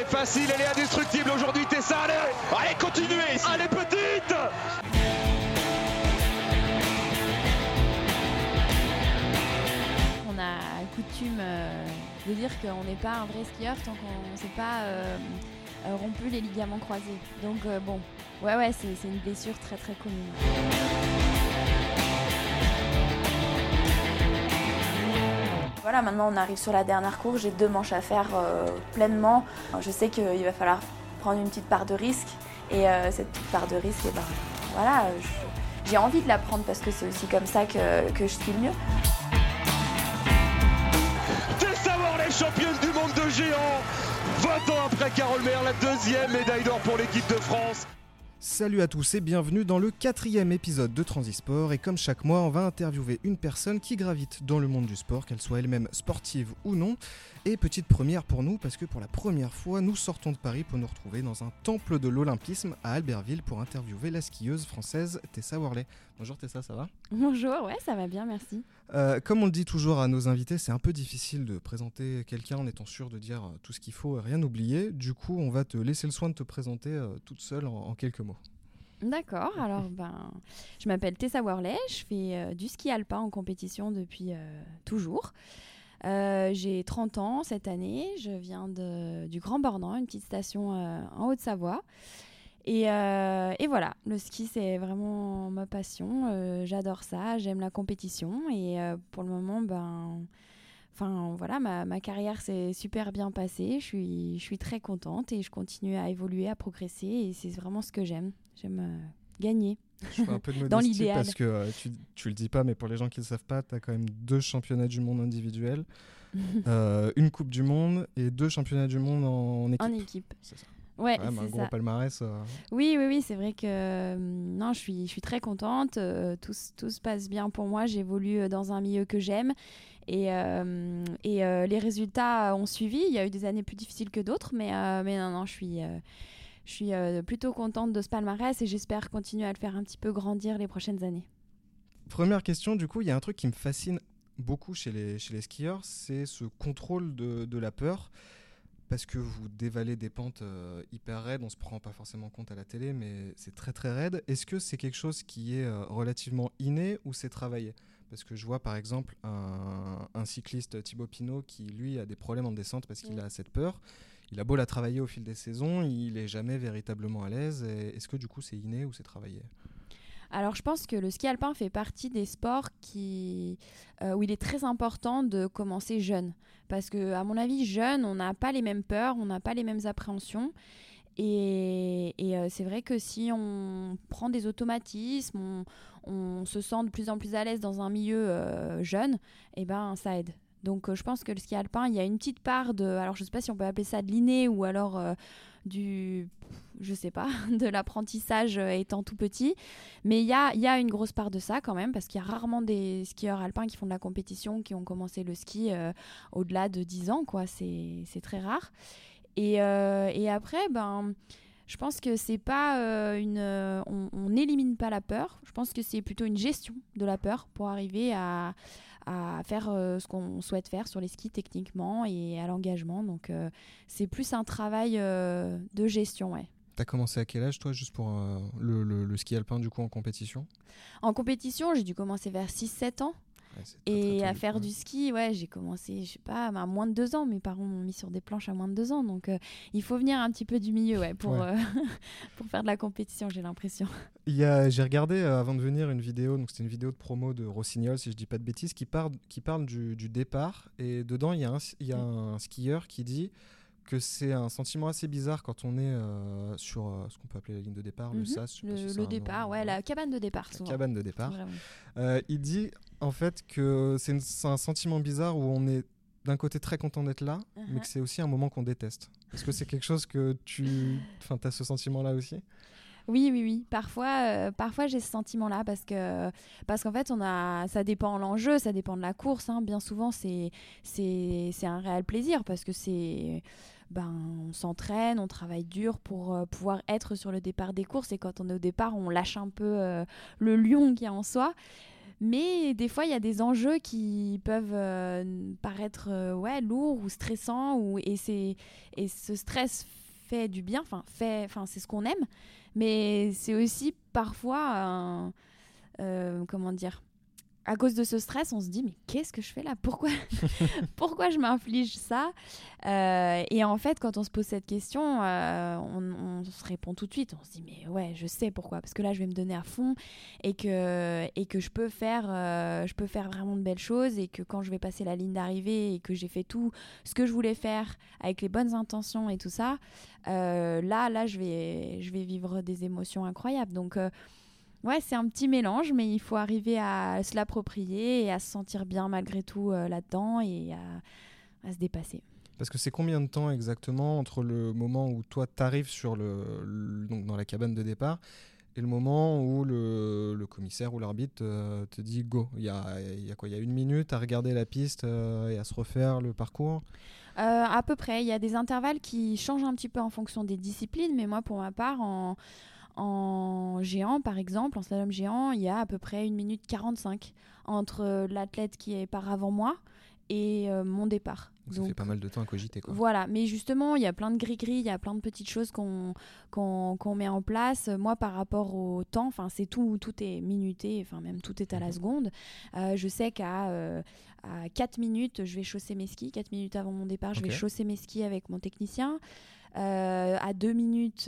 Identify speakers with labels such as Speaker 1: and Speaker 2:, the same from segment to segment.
Speaker 1: facile, elle est indestructible aujourd'hui Tessa, allez continuez, allez petite.
Speaker 2: On a coutume de dire qu'on n'est pas un vrai skieur tant qu'on ne s'est pas rompu les ligaments croisés. Donc ouais, c'est une blessure très très commune. Voilà, maintenant on arrive sur la dernière course, j'ai 2 manches à faire pleinement. Je sais qu'il va falloir prendre une petite part de risque et cette petite part de risque, j'ai envie de la prendre parce que c'est aussi comme ça que je ski le mieux.
Speaker 1: Tessa Worley, championne du monde de géant, 20 ans après Carole Mer, la 2e médaille d'or pour l'équipe de France.
Speaker 3: Salut à tous et bienvenue dans le 4e épisode de Transisport, et comme chaque mois on va interviewer une personne qui gravite dans le monde du sport, qu'elle soit elle-même sportive ou non. Et petite première pour nous parce que pour la première fois nous sortons de Paris pour nous retrouver dans un temple de l'Olympisme à Albertville pour interviewer la skieuse française Tessa Worley. Bonjour Tessa, ça va ?
Speaker 2: Bonjour, ouais ça va bien, merci.
Speaker 3: Comme on le dit toujours à nos invités, c'est un peu difficile de présenter quelqu'un en étant sûr de dire tout ce qu'il faut et rien oublier. Du coup, on va te laisser le soin de te présenter toute seule en quelques mots.
Speaker 2: D'accord, alors je m'appelle Tessa Worley, je fais du ski alpin en compétition depuis toujours. J'ai 30 ans cette année, je viens du Grand Bornand, une petite station en Haute-Savoie. Et voilà, le ski c'est vraiment ma passion, j'adore ça, j'aime la compétition et pour le moment ma carrière s'est super bien passée, je suis très contente et je continue à évoluer, à progresser et c'est vraiment ce que j'aime gagner.
Speaker 3: Je fais un peu de
Speaker 2: dans
Speaker 3: modestie
Speaker 2: l'idéal.
Speaker 3: parce que tu le dis pas, mais pour les gens qui le savent pas, tu as quand même 2 championnats du monde individuels, une coupe du monde et 2 championnats du monde en équipe.
Speaker 2: En équipe.
Speaker 3: C'est ça.
Speaker 2: Ouais,
Speaker 3: un
Speaker 2: c'est
Speaker 3: gros
Speaker 2: ça.
Speaker 3: palmarès.
Speaker 2: Oui, c'est vrai que non, je suis très contente. Tout se passe bien pour moi. J'évolue dans un milieu que j'aime et les résultats ont suivi. Il y a eu des années plus difficiles que d'autres, mais non, je suis plutôt contente de ce palmarès et j'espère continuer à le faire un petit peu grandir les prochaines années.
Speaker 3: Première question, du coup, il y a un truc qui me fascine beaucoup chez les skieurs, c'est ce contrôle de la peur. Parce que vous dévalez des pentes hyper raides, on ne se prend pas forcément compte à la télé, mais c'est très très raide. Est-ce que c'est quelque chose qui est relativement inné ou c'est travaillé ? Parce que je vois par exemple un cycliste, Thibaut Pinot, qui lui a des problèmes en descente parce qu'il a cette peur. Il a beau la travailler au fil des saisons, il n'est jamais véritablement à l'aise. Est-ce que du coup c'est inné ou c'est travaillé ?
Speaker 2: Alors je pense que le ski alpin fait partie des sports où il est très important de commencer jeune. Parce qu'à mon avis, jeune, on n'a pas les mêmes peurs, on n'a pas les mêmes appréhensions. Et c'est vrai que si on prend des automatismes, on se sent de plus en plus à l'aise dans un milieu jeune, ça aide. Donc je pense que le ski alpin, il y a une petite part alors je ne sais pas si on peut appeler ça de l'inné ou alors de l'apprentissage étant tout petit, mais il y a une grosse part de ça quand même, parce qu'il y a rarement des skieurs alpins qui font de la compétition, qui ont commencé le ski au-delà de 10 ans, quoi. C'est très rare. Et après, je pense que c'est pas on n'élimine pas la peur. Je pense que c'est plutôt une gestion de la peur pour arriver à faire ce qu'on souhaite faire sur les skis techniquement et à l'engagement. Donc c'est plus un travail de gestion, ouais.
Speaker 3: T'as commencé à quel âge toi, juste pour le ski alpin du coup en compétition ?
Speaker 2: En compétition, j'ai dû commencer vers 6-7 ans.
Speaker 3: Ouais, c'est
Speaker 2: Et
Speaker 3: très
Speaker 2: à faire du ski, j'ai commencé, je sais pas, à moins de 2 ans. Mes parents m'ont mis sur des planches à moins de 2 ans. Donc, il faut venir un petit peu du milieu pour faire de la compétition, j'ai l'impression.
Speaker 3: J'ai regardé avant de venir une vidéo, donc c'était une vidéo de promo de Rossignol, si je dis pas de bêtises, qui parle du départ. Et dedans, il y a un skieur qui dit que c'est un sentiment assez bizarre quand on est sur ce qu'on peut appeler la ligne de départ, le SAS.
Speaker 2: Le départ, la cabane de départ, souvent.
Speaker 3: La cabane de départ. Il dit en fait que c'est un sentiment bizarre où on est d'un côté très content d'être là, mais que c'est aussi un moment qu'on déteste. Est-ce que c'est quelque chose que t'as ce sentiment-là aussi ?
Speaker 2: Oui. Parfois j'ai ce sentiment-là parce qu'en fait, ça dépend de l'enjeu, ça dépend de la course. Bien souvent, c'est un réel plaisir parce que on s'entraîne, on travaille dur pour pouvoir être sur le départ des courses. Et quand on est au départ, on lâche un peu le lion qui est en soi. Mais des fois, il y a des enjeux qui peuvent paraître lourds ou stressants. Et ce stress fait du bien, c'est ce qu'on aime, mais c'est aussi parfois comment dire, à cause de ce stress, on se dit mais qu'est-ce que je fais là, pourquoi je m'inflige ça, et en fait quand on se pose cette question, on se répond tout de suite, on se dit mais ouais, je sais pourquoi, parce que là je vais me donner à fond et que je peux faire vraiment de belles choses, et que quand je vais passer la ligne d'arrivée et que j'ai fait tout ce que je voulais faire avec les bonnes intentions et tout ça, là je vais vivre des émotions incroyables. Donc ouais, c'est un petit mélange, mais il faut arriver à se l'approprier et à se sentir bien malgré tout là-dedans, et à se dépasser.
Speaker 3: Parce que c'est combien de temps exactement entre le moment où toi t'arrives donc dans la cabane de départ et le moment où le commissaire ou l'arbitre te dit go? Il y a quoi? Il y a 1 minute à regarder la piste et à se refaire le parcours?
Speaker 2: À peu près. Il y a des intervalles qui changent un petit peu en fonction des disciplines, mais moi, pour ma part, en géant, par exemple, en slalom géant, il y a à peu près 1 minute 45 entre l'athlète qui part avant moi et mon départ.
Speaker 3: Donc ça fait pas mal de temps à cogiter, quoi.
Speaker 2: Voilà, mais justement, il y a plein de gris-gris, il y a plein de petites choses qu'on met en place. Moi, par rapport au temps, tout est minuté, même tout est à la seconde. Je sais qu'à 4 minutes, je vais chausser mes skis. 4 minutes avant mon départ, je vais chausser mes skis avec mon technicien. À 2 minutes,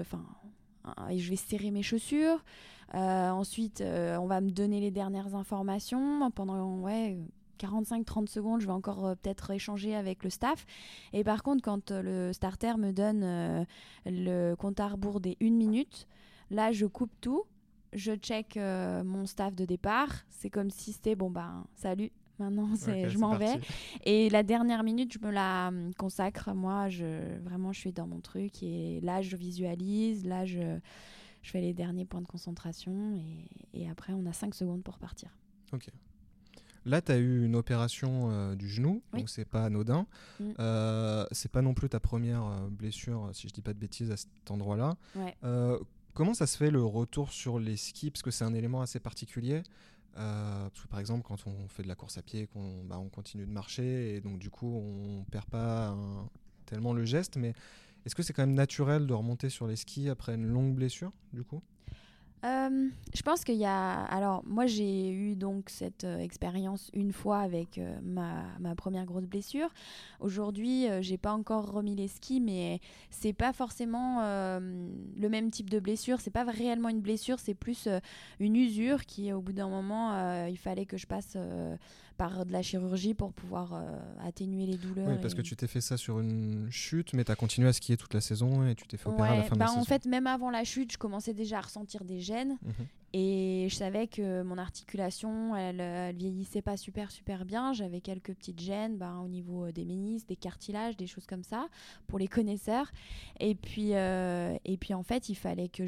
Speaker 2: et je vais serrer mes chaussures. Ensuite, on va me donner les dernières informations. Pendant 45-30 secondes, je vais encore peut-être échanger avec le staff. Et par contre, quand le starter me donne le compte à rebours des 1 minute, là, je coupe tout. Je check mon staff de départ. C'est comme si c'était, salut, maintenant je m'en vais. Et la dernière minute, je me la consacre. Moi, je suis dans mon truc. Et là, je visualise. Là, je fais les derniers points de concentration. Et après, on a 5 secondes pour partir.
Speaker 3: Ok. Là, tu as eu une opération du genou, donc c'est pas anodin. C'est pas non plus ta première blessure, si je dis pas de bêtises, à cet endroit-là.
Speaker 2: Ouais.
Speaker 3: Comment ça se fait le retour sur les skis? Parce que c'est un élément assez particulier. Parce que par exemple, quand on fait de la course à pied, on continue de marcher, et donc du coup, on perd pas tellement le geste. Mais est-ce que c'est quand même naturel de remonter sur les skis après une longue blessure, du coup?
Speaker 2: Je pense qu'il y a... Alors, moi, j'ai eu donc cette expérience une fois avec ma première grosse blessure. Aujourd'hui, j'ai pas encore remis les skis, mais c'est pas forcément le même type de blessure. C'est pas réellement une blessure, c'est plus une usure qui, au bout d'un moment, il fallait que je passe par de la chirurgie pour pouvoir atténuer les douleurs.
Speaker 3: Oui, parce que tu t'es fait ça sur une chute, mais tu as continué à skier toute la saison et tu t'es fait opérer à la fin de la saison.
Speaker 2: En fait, même avant la chute, je commençais déjà à ressentir des gènes. Et je savais que mon articulation, elle vieillissait pas super bien. J'avais quelques petites gènes au niveau des ménisques, des cartilages, des choses comme ça, pour les connaisseurs. Et puis en fait, il fallait que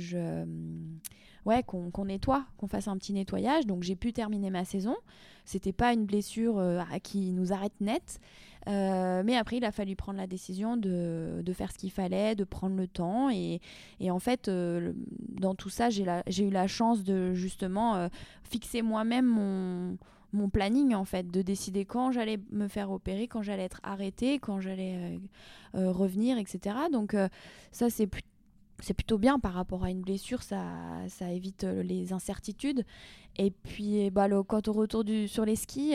Speaker 2: qu'on nettoie, qu'on fasse un petit nettoyage. Donc j'ai pu terminer ma saison. C'était pas une blessure qui nous arrête net. Mais après, il a fallu prendre la décision de faire ce qu'il fallait, de prendre le temps. Et en fait, dans tout ça, j'ai eu la chance de justement fixer moi-même mon planning, en fait, de décider quand j'allais me faire opérer, quand j'allais être arrêtée, quand j'allais revenir, etc. Donc ça, c'est plutôt bien par rapport à une blessure, ça évite les incertitudes. Et puis, quant au retour sur les skis...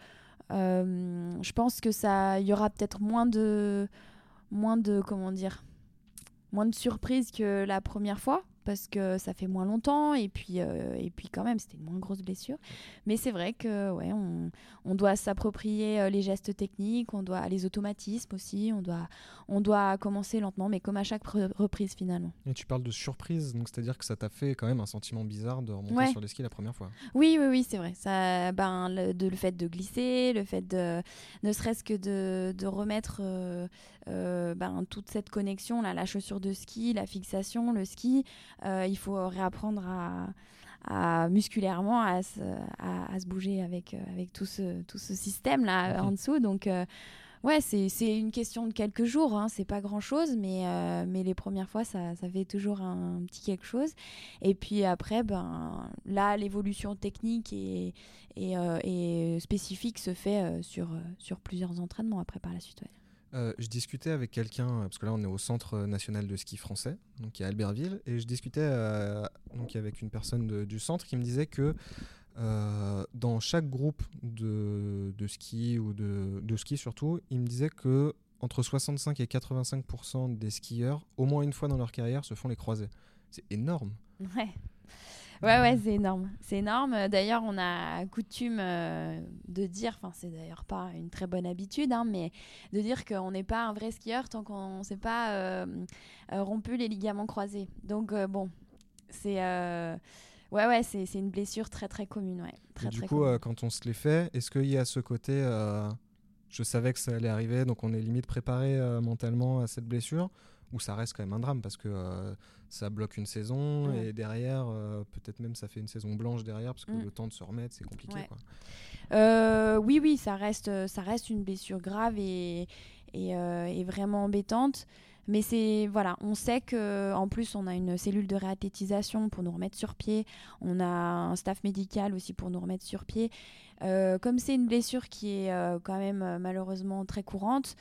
Speaker 2: je pense que il y aura peut-être moins de surprises que la première fois, parce que ça fait moins longtemps, et puis quand même c'était une moins grosse blessure. Mais c'est vrai que on doit s'approprier les gestes techniques, on doit les automatismes aussi, on doit commencer lentement, mais comme à chaque reprise finalement.
Speaker 3: Et tu parles de surprise, donc c'est-à-dire que ça t'a fait quand même un sentiment bizarre de remonter sur les skis la première fois.
Speaker 2: Oui, c'est vrai. Ça, le fait de glisser, le fait de, ne serait-ce que de remettre toute cette connexion là, la chaussure de ski, la fixation, le ski, il faut réapprendre à musculairement à se bouger avec tout ce système là en dessous. Donc c'est une question de quelques jours, hein, c'est pas grand-chose, mais les premières fois, ça fait toujours un petit quelque chose. Et puis après, là, l'évolution technique et spécifique se fait sur plusieurs entraînements après par la suite. Ouais.
Speaker 3: Je discutais avec quelqu'un, parce que là on est au Centre national de ski français, donc qui est à Albertville, et je discutais donc avec une personne du centre qui me disait que dans chaque groupe de ski ou de ski surtout, il me disait que entre 65 et 85% des skieurs, au moins une fois dans leur carrière, se font les croisés. C'est énorme.
Speaker 2: Ouais. Ouais, c'est énorme. C'est énorme. D'ailleurs, on a coutume de dire, enfin, c'est d'ailleurs pas une très bonne habitude, hein, mais de dire qu'on n'est pas un vrai skieur tant qu'on ne s'est pas rompu les ligaments croisés. Donc, bon, c'est c'est une blessure très, très commune. Ouais. Très,
Speaker 3: Et du
Speaker 2: très
Speaker 3: coup,
Speaker 2: commune.
Speaker 3: quand on se les fait, est-ce qu'il y a ce côté, je savais que ça allait arriver, donc on est limite préparé mentalement à cette blessure, ou ça reste quand même un drame parce que ça bloque une saison et derrière, peut-être même ça fait une saison blanche derrière parce que le temps de se remettre, c'est compliqué.
Speaker 2: Ouais.
Speaker 3: Quoi.
Speaker 2: Oui, ça reste une blessure grave et vraiment embêtante. Mais on sait qu'en plus, on a une cellule de réathlétisation pour nous remettre sur pied. On a un staff médical aussi pour nous remettre sur pied. Comme c'est une blessure qui est quand même malheureusement très courante,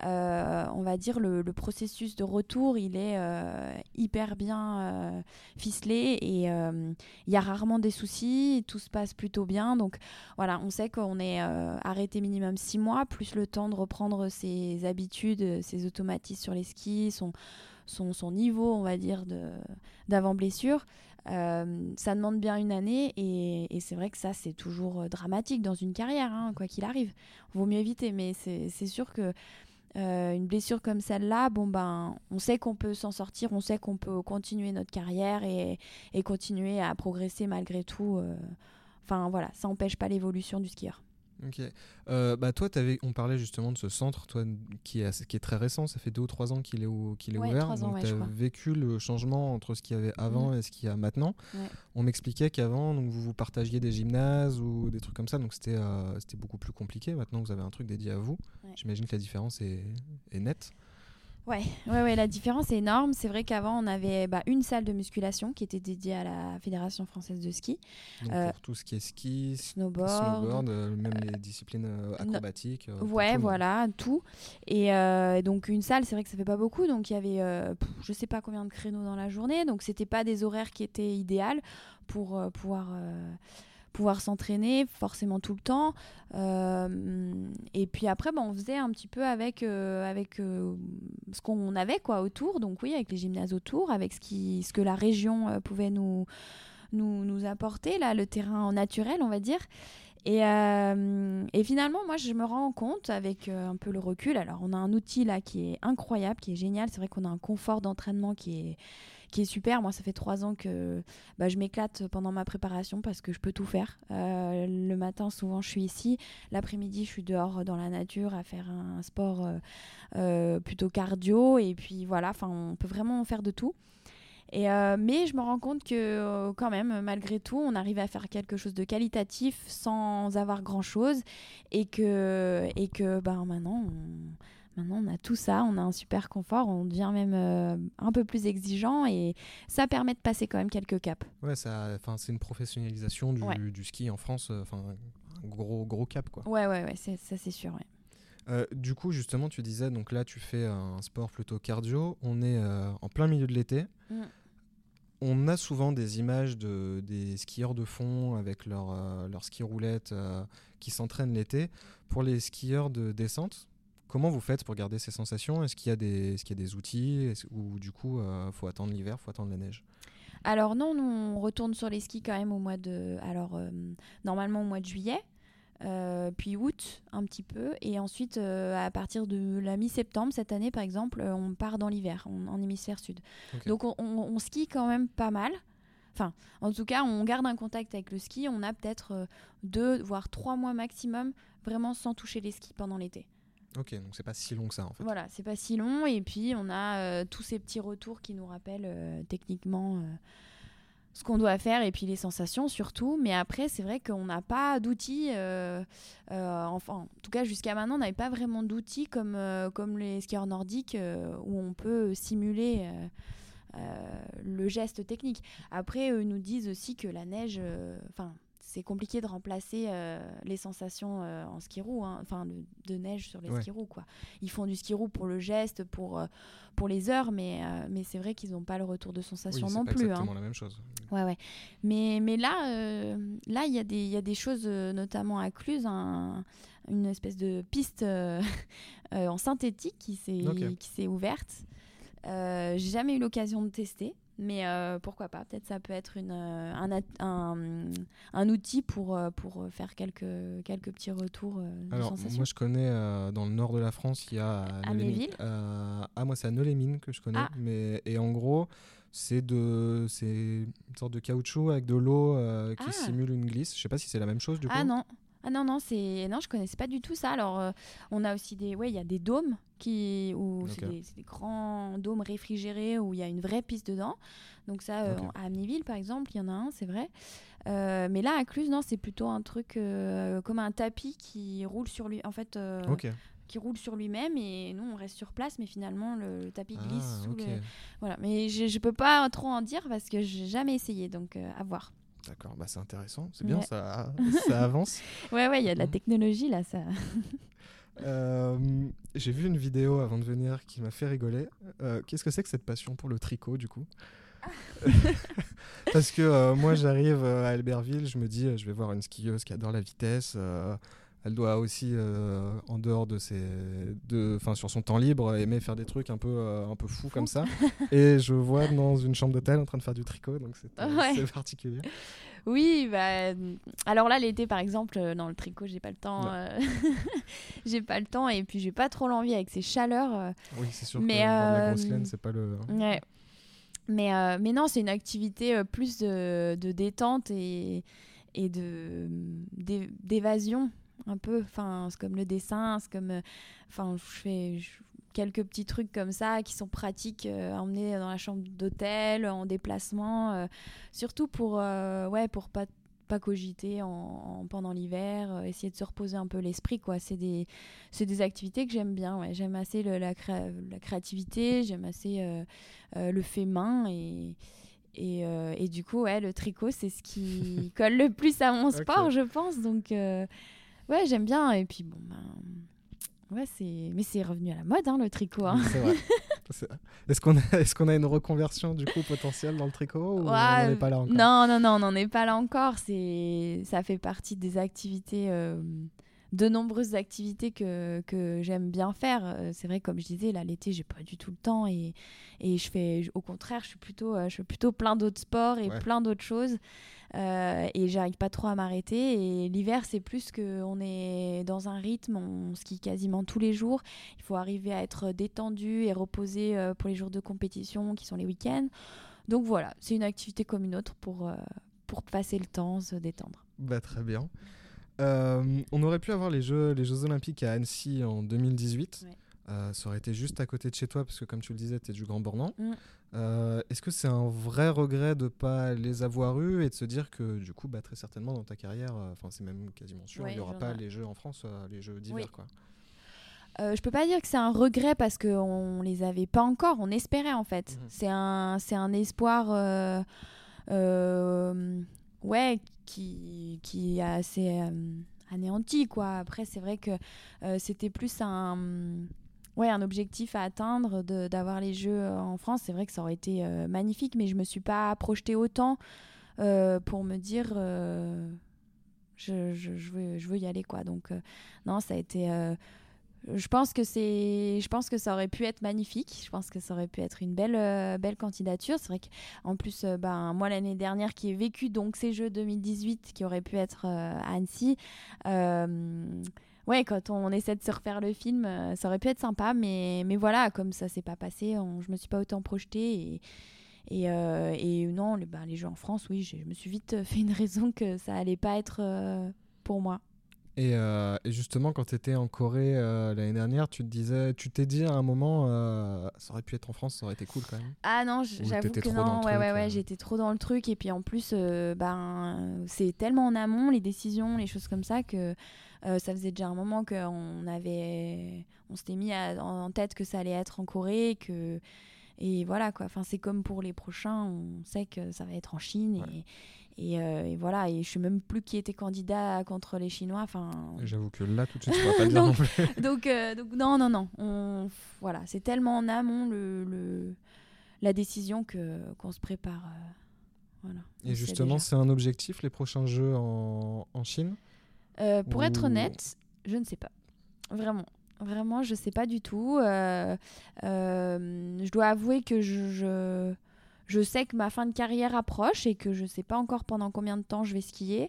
Speaker 2: on va dire le processus de retour, il est hyper bien ficelé et il y a rarement des soucis, tout se passe plutôt bien. Donc voilà, on sait qu'on est arrêté minimum 6 mois, plus le temps de reprendre ses habitudes, ses automatismes sur les skis, son niveau, on va dire, d'avant-blessure. Ça demande bien une année et c'est vrai que ça, c'est toujours dramatique dans une carrière, hein, quoi qu'il arrive. Vaut mieux éviter, mais c'est sûr que une blessure comme celle-là, on sait qu'on peut s'en sortir, on sait qu'on peut continuer notre carrière et continuer à progresser malgré tout. Enfin voilà, ça n'empêche pas l'évolution du skieur.
Speaker 3: Ok. Toi, on parlait justement de ce centre qui est très récent, ça fait 2 ou 3 ans qu'il est ouvert.
Speaker 2: 3 ans,
Speaker 3: donc tu
Speaker 2: je
Speaker 3: as
Speaker 2: crois.
Speaker 3: vécu le changement entre ce qu'il y avait avant et ce qu'il y a maintenant.
Speaker 2: Ouais.
Speaker 3: On m'expliquait qu'avant, donc, vous partagiez des gymnases ou des trucs comme ça, donc c'était beaucoup plus compliqué. Maintenant, vous avez un truc dédié à vous.
Speaker 2: Ouais.
Speaker 3: J'imagine que la différence est nette.
Speaker 2: Ouais, la différence est énorme. C'est vrai qu'avant, on avait une salle de musculation qui était dédiée à la Fédération française de ski.
Speaker 3: Donc pour tout ce qui est ski,
Speaker 2: snowboard,
Speaker 3: même les disciplines acrobatiques.
Speaker 2: Ouais, voilà, tout. Et donc une salle, c'est vrai que ça fait pas beaucoup. Donc il y avait, je sais pas combien de créneaux dans la journée. Donc c'était pas des horaires qui étaient idéaux pour pouvoir s'entraîner forcément tout le temps. Et puis après, on faisait un petit peu avec ce qu'on avait quoi autour. Donc oui, avec les gymnases autour, avec ce que la région pouvait nous apporter, là, le terrain naturel, on va dire. Et finalement, moi, je me rends compte avec un peu le recul. Alors, on a un outil là qui est incroyable, qui est génial. C'est vrai qu'on a un confort d'entraînement qui est super. Moi, ça fait 3 ans que je m'éclate pendant ma préparation parce que je peux tout faire. Le matin, souvent, je suis ici. L'après-midi, je suis dehors dans la nature à faire un sport plutôt cardio. Et puis voilà, on peut vraiment faire de tout. Mais je me rends compte que quand même, malgré tout, on arrive à faire quelque chose de qualitatif sans avoir grand-chose. Et que Maintenant, on a tout ça, on a un super confort, on devient même un peu plus exigeant et ça permet de passer quand même quelques caps.
Speaker 3: Ouais, c'est une professionnalisation du ski en France, un gros cap, quoi.
Speaker 2: Ouais, ça c'est sûr. Ouais.
Speaker 3: Du coup, justement, tu disais, donc là, tu fais un sport plutôt cardio, on est en plein milieu de l'été. On a souvent des images des skieurs de fond avec leur ski roulette qui s'entraînent l'été. Pour les skieurs de descente, comment vous faites pour garder ces sensations ? Est-ce qu'il y a des outils ou du coup, faut attendre l'hiver, faut attendre la neige ?
Speaker 2: Alors non, nous on retourne sur les skis quand même normalement au mois de juillet, puis août un petit peu, et ensuite à partir de la mi-septembre cette année par exemple, on part dans l'hiver en hémisphère sud. Okay. Donc on skie quand même pas mal. Enfin, en tout cas, on garde un contact avec le ski. On a peut-être 2 voire 3 mois maximum vraiment sans toucher les skis pendant l'été.
Speaker 3: Ok, donc c'est pas si long que ça en fait.
Speaker 2: Voilà, c'est pas si long, et puis on a tous ces petits retours qui nous rappellent techniquement ce qu'on doit faire et puis les sensations surtout. Mais après, c'est vrai qu'on n'a pas d'outils, en tout cas jusqu'à maintenant, on n'avait pas vraiment d'outils comme les skieurs nordiques où on peut simuler le geste technique. Après, eux nous disent aussi que la neige, c'est compliqué de remplacer les sensations en ski roue, enfin de neige sur les ski roue, quoi. Ils font du ski roue pour le geste, pour les heures, mais c'est vrai qu'ils n'ont pas le retour de sensation non plus.
Speaker 3: C'est exactement la même chose.
Speaker 2: Ouais. Mais là, il y a des choses, notamment à Cluses, une espèce de piste en synthétique qui s'est ouverte. J'ai jamais eu l'occasion de tester. Mais pourquoi pas, peut-être ça peut être un outil pour faire quelques petits retours de sensations.
Speaker 3: Moi je connais dans le nord de la France, il y a
Speaker 2: à Méville.
Speaker 3: Moi c'est à Neu-les-Mines que je connais, et en gros c'est une sorte de caoutchouc avec de l'eau qui simule une glisse. Je sais pas si c'est la même chose du coup.
Speaker 2: Non, je connaissais pas du tout ça. Alors on a aussi il y a des dômes c'est des grands dômes réfrigérés où il y a une vraie piste dedans. Donc ça, à Amnéville par exemple, il y en a un, c'est vrai. Mais là à Cluses, non, c'est plutôt un truc comme un tapis qui roule sur lui. En fait, qui roule sur lui-même, et nous on reste sur place, mais finalement le tapis glisse sous le... Voilà. Mais je peux pas trop en dire parce que j'ai jamais essayé, donc à voir.
Speaker 3: D'accord, c'est intéressant, c'est bien, ça avance.
Speaker 2: Ouais, il y a de la technologie là, ça.
Speaker 3: J'ai vu une vidéo avant de venir qui m'a fait rigoler. Qu'est-ce que c'est que cette passion pour le tricot du coup? Parce que moi j'arrive à Albertville, je me dis je vais voir une skieuse qui adore la vitesse. Elle doit aussi, en dehors sur son temps libre, aimer faire des trucs un peu fous comme ça. Et je vois dans une chambre d'hôtel en train de faire du tricot, donc c'est particulier.
Speaker 2: Oui, alors là l'été par exemple, dans le tricot j'ai pas le temps. J'ai pas le temps, et puis j'ai pas trop l'envie avec ces chaleurs.
Speaker 3: Oui, c'est sûr que la grosse laine c'est pas le...
Speaker 2: Ouais. Mais non, c'est une activité plus de détente et d'évasion. Un peu, c'est comme le dessin, c'est comme, je fais quelques petits trucs comme ça qui sont pratiques à emmener dans la chambre d'hôtel, en déplacement, surtout pour pas cogiter pendant l'hiver, essayer de se reposer un peu l'esprit, quoi. C'est des activités que j'aime bien, ouais. J'aime assez la créativité, j'aime assez le fait main, et du coup, le tricot, c'est ce qui colle le plus à mon sport, je pense. Donc, ouais, j'aime bien. Et puis, mais c'est revenu à la mode, le tricot. Hein.
Speaker 3: C'est vrai. Est-ce qu'on a une reconversion, du coup, potentielle dans le tricot, ou on n'en est pas là encore?
Speaker 2: Non, on n'en est pas là encore. Ça fait partie des activités... de nombreuses activités que j'aime bien faire. C'est vrai, comme je disais, là l'été j'ai pas du tout le temps, et au contraire je fais plutôt plein d'autres sports et plein d'autres choses, et j'arrive pas trop à m'arrêter. Et l'hiver c'est plus qu'on est dans un rythme, on skie quasiment tous les jours, il faut arriver à être détendu et reposé pour les jours de compétition qui sont les week-ends. Donc voilà, c'est une activité comme une autre pour passer le temps, se détendre.
Speaker 3: Très bien. On aurait pu avoir les Jeux Olympiques à Annecy en 2018. Ça aurait été juste à côté de chez toi, parce que comme tu le disais, tu es du Grand Bornand. Est-ce que c'est un vrai regret de ne pas les avoir eus, et de se dire que du coup, très certainement dans ta carrière, c'est même quasiment sûr, il n'y aura pas les Jeux en France, les Jeux d'hiver, quoi.
Speaker 2: Je peux pas dire que c'est un regret, parce qu'on les avait pas encore, on espérait en fait. C'est un espoir qui est assez anéanti, quoi. Après c'est vrai que c'était plus un objectif à atteindre, d'avoir les Jeux en France. C'est vrai que ça aurait été magnifique, mais je me suis pas projetée autant pour me dire je veux y aller, quoi. Donc non, ça a été je pense que ça aurait pu être magnifique. Je pense que ça aurait pu être une belle candidature. C'est vrai qu'en plus, moi, l'année dernière, qui ai vécu donc ces Jeux 2018, qui auraient pu être à Annecy, quand on essaie de se refaire le film, ça aurait pu être sympa. Mais voilà, comme ça s'est pas passé, je me suis pas autant projetée. Et non, les Jeux en France, oui, je me suis vite fait une raison que ça allait pas être pour moi.
Speaker 3: Et justement, quand tu étais en Corée l'année dernière, tu t'es dit à un moment, ça aurait pu être en France, ça aurait été cool quand même.
Speaker 2: Ah non, j'avoue que non, j'étais trop dans le truc. Et puis en plus, c'est tellement en amont, les décisions, les choses comme ça, que ça faisait déjà un moment qu'on s'était mis en tête que ça allait être en Corée, et voilà quoi. Enfin, c'est comme pour les prochains, on sait que ça va être en Chine et voilà. Et je sais même plus qui était candidat contre les Chinois. Enfin,
Speaker 3: J'avoue que là, tout de suite, je ne pourrais pas le dire non plus.
Speaker 2: donc non. Voilà, c'est tellement en amont la décision qu'on se prépare. Voilà.
Speaker 3: Et justement, c'est un objectif, les prochains jeux en Chine
Speaker 2: pour être honnête, je ne sais pas. Vraiment, je ne sais pas du tout. Je dois avouer que je sais que ma fin de carrière approche et que je ne sais pas encore pendant combien de temps je vais skier.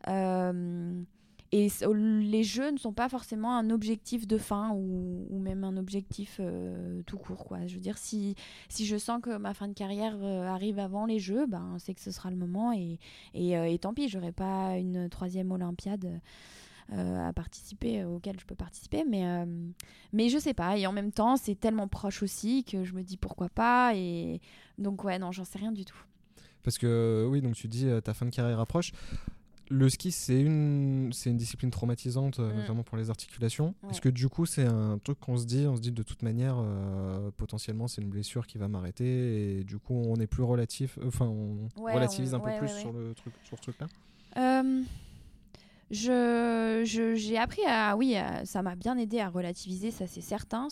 Speaker 2: Et les jeux ne sont pas forcément un objectif de fin ou même un objectif tout court, quoi. Je veux dire, si je sens que ma fin de carrière arrive avant les jeux, ben, c'est que ce sera le moment et tant pis, je n'aurai pas une 3e Olympiade à participer, auquel je peux participer, mais je sais pas. Et en même temps, c'est tellement proche aussi que je me dis pourquoi pas. Et donc ouais, non, j'en sais rien du tout.
Speaker 3: Parce que oui, donc tu dis ta fin de carrière approche. Le ski, c'est une discipline traumatisante, notamment pour les articulations. Ouais. Est-ce que du coup, c'est un truc qu'on se dit de toute manière, potentiellement, c'est une blessure qui va m'arrêter, et du coup, on est plus relativise un peu plus sur ce truc-là.
Speaker 2: J'ai appris ça m'a bien aidé à relativiser, ça c'est certain,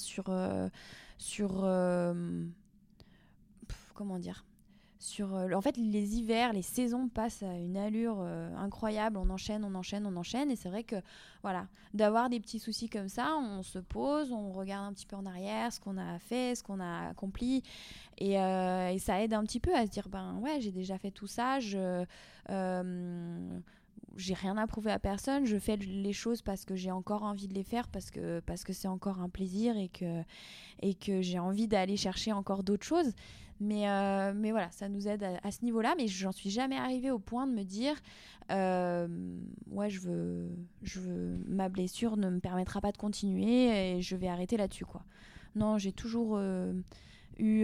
Speaker 2: comment dire, en fait les hivers, les saisons passent à une allure incroyable, on enchaîne, et c'est vrai que voilà, d'avoir des petits soucis comme ça, on se pose, on regarde un petit peu en arrière ce qu'on a fait, ce qu'on a accompli, et ça aide un petit peu à se dire j'ai déjà fait tout ça, j'ai rien à prouver à personne, je fais les choses parce que j'ai encore envie de les faire, parce que c'est encore un plaisir et que j'ai envie d'aller chercher encore d'autres choses. Mais voilà, ça nous aide à ce niveau-là, mais j'en suis jamais arrivée au point de me dire ma blessure ne me permettra pas de continuer et je vais arrêter là-dessus, quoi. Non, j'ai toujours eu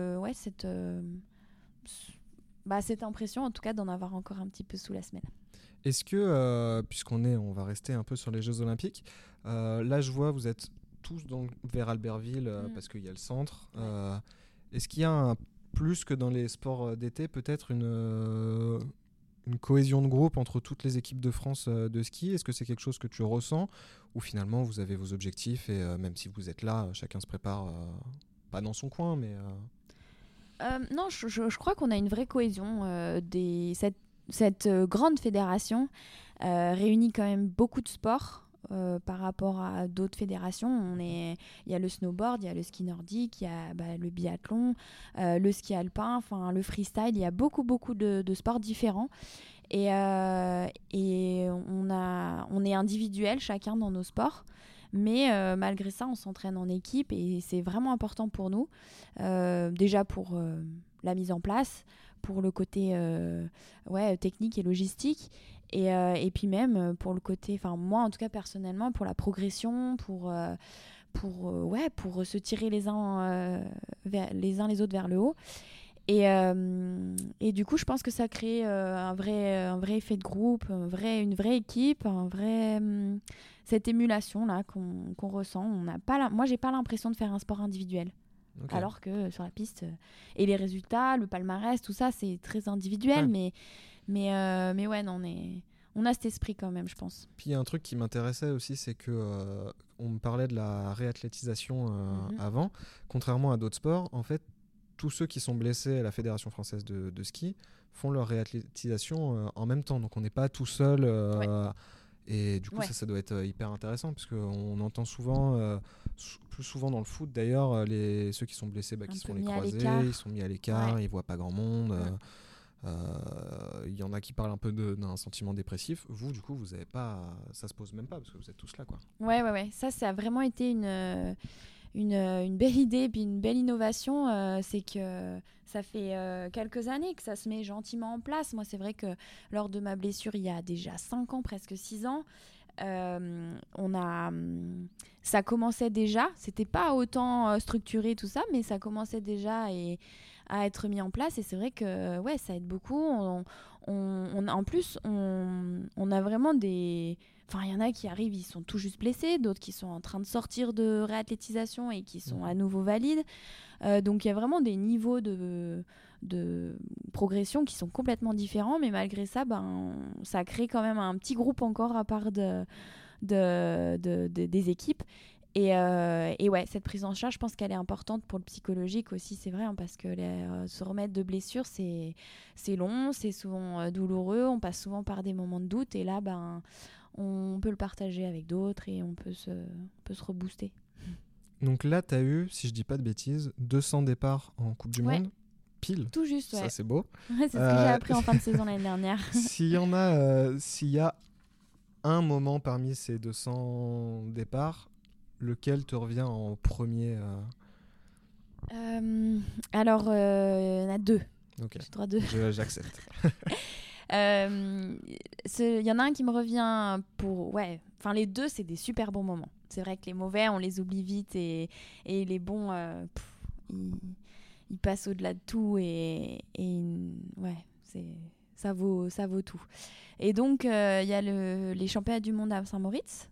Speaker 2: cette impression, en tout cas, d'en avoir encore un petit peu sous la semelle.
Speaker 3: Est-ce que, on va rester un peu sur les Jeux Olympiques, là je vois vous êtes tous vers Albertville parce qu'il y a le centre. Est-ce qu'il y a plus que dans les sports d'été, peut-être une cohésion de groupe entre toutes les équipes de France de ski? Est-ce que c'est quelque chose que tu ressens, ou finalement vous avez vos objectifs et même si vous êtes là, chacun se prépare pas dans son coin, mais...
Speaker 2: Non, je crois qu'on a une vraie cohésion. Cette grande fédération réunit quand même beaucoup de sports par rapport à d'autres fédérations. Il y a le snowboard, il y a le ski nordique, il y a le biathlon, le ski alpin, le freestyle. Il y a beaucoup de sports différents. Et on est individuels chacun dans nos sports. Mais malgré ça, on s'entraîne en équipe et c'est vraiment important pour nous. Déjà pour la mise en place, pour le côté technique et logistique, et puis même pour le côté, moi en tout cas personnellement, pour la progression, pour se tirer les uns les autres vers le haut. Et du coup, je pense que ça crée un vrai effet de groupe, une vraie équipe, cette émulation là qu'on ressent. Moi, j'ai pas l'impression de faire un sport individuel. Okay. Alors que sur la piste et les résultats, le palmarès, tout ça, c'est très individuel, mais ouais, non, on a cet esprit quand même, je pense.
Speaker 3: Puis il y a un truc qui m'intéressait aussi, c'est que on me parlait de la réathlétisation avant. Contrairement à d'autres sports, en fait, tous ceux qui sont blessés à la Fédération française de ski font leur réathlétisation en même temps. Donc on n'est pas tout seul. Et du coup, ça doit être hyper intéressant, parce qu'on entend souvent, plus souvent dans le foot d'ailleurs, ceux qui sont blessés qui se font les croisés, ils sont mis à l'écart, ils ne voient pas grand monde. Il y en a qui parlent un peu d'un sentiment dépressif. Vous, du coup, vous avez pas, ça se pose même pas, parce que vous êtes tous là, quoi.
Speaker 2: Ouais. Ça a vraiment été une belle idée, puis une belle innovation. C'est que ça fait quelques années que ça se met gentiment en place. Moi, c'est vrai que lors de ma blessure, il y a déjà 5 ans, presque 6 ans, ça commençait déjà. C'était pas autant structuré tout ça, mais ça commençait déjà à être mis en place. Et c'est vrai que ça aide beaucoup. En plus, on a vraiment Enfin, il y en a qui arrivent, ils sont tout juste blessés, d'autres qui sont en train de sortir de réathlétisation et qui sont à nouveau valides. Donc il y a vraiment des niveaux de progression qui sont complètement différents, mais malgré ça, ça crée quand même un petit groupe encore à part des équipes. Et ouais, cette prise en charge, je pense qu'elle est importante pour le psychologique aussi, c'est vrai, hein, parce que se remettre de blessures, c'est long, c'est souvent douloureux, on passe souvent par des moments de doute, et là, on peut le partager avec d'autres et on peut se rebooster.
Speaker 3: Donc là, tu as eu, si je dis pas de bêtises, 200 départs en Coupe du Monde, pile.
Speaker 2: Tout juste, ouais.
Speaker 3: Ça, c'est beau.
Speaker 2: Ouais, c'est ce que j'ai appris en fin de saison l'année dernière.
Speaker 3: S'il y a un moment parmi ces 200 départs, lequel te revient en premier
Speaker 2: Alors, il y en a deux.
Speaker 3: Ok.
Speaker 2: J'ai droit de...
Speaker 3: J'accepte.
Speaker 2: Il y en a un qui me revient pour... Ouais, enfin les deux, c'est des super bons moments. C'est vrai que les mauvais, on les oublie vite et les bons, ils passent au-delà de tout et ouais, ça vaut tout. Et donc, il y a les championnats du monde à Saint-Moritz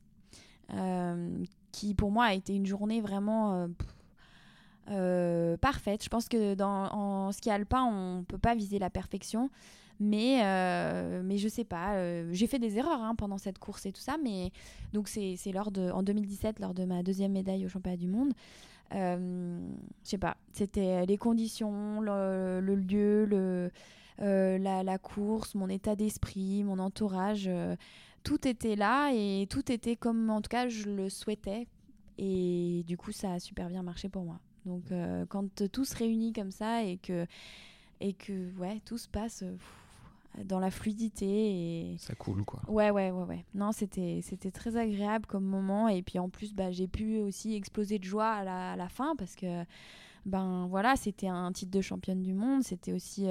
Speaker 2: qui, pour moi, a été une journée vraiment... parfaite. Je pense que en ski alpin, on peut pas viser la perfection, mais je sais pas. J'ai fait des erreurs pendant cette course et tout ça, mais donc c'est en 2017 lors de ma deuxième médaille au championnat du monde. Je sais pas. C'était les conditions, le lieu, la course, mon état d'esprit, mon entourage. Tout était là et tout était comme, en tout cas, je le souhaitais. Et du coup, ça a super bien marché pour moi. Donc, quand tout se réunit comme ça et que ouais, tout se passe dans la fluidité. Et...
Speaker 3: Ça coule, quoi.
Speaker 2: Ouais. Non, c'était très agréable comme moment. Et puis, en plus, j'ai pu aussi exploser de joie à la fin parce que, voilà, c'était un titre de championne du monde. C'était aussi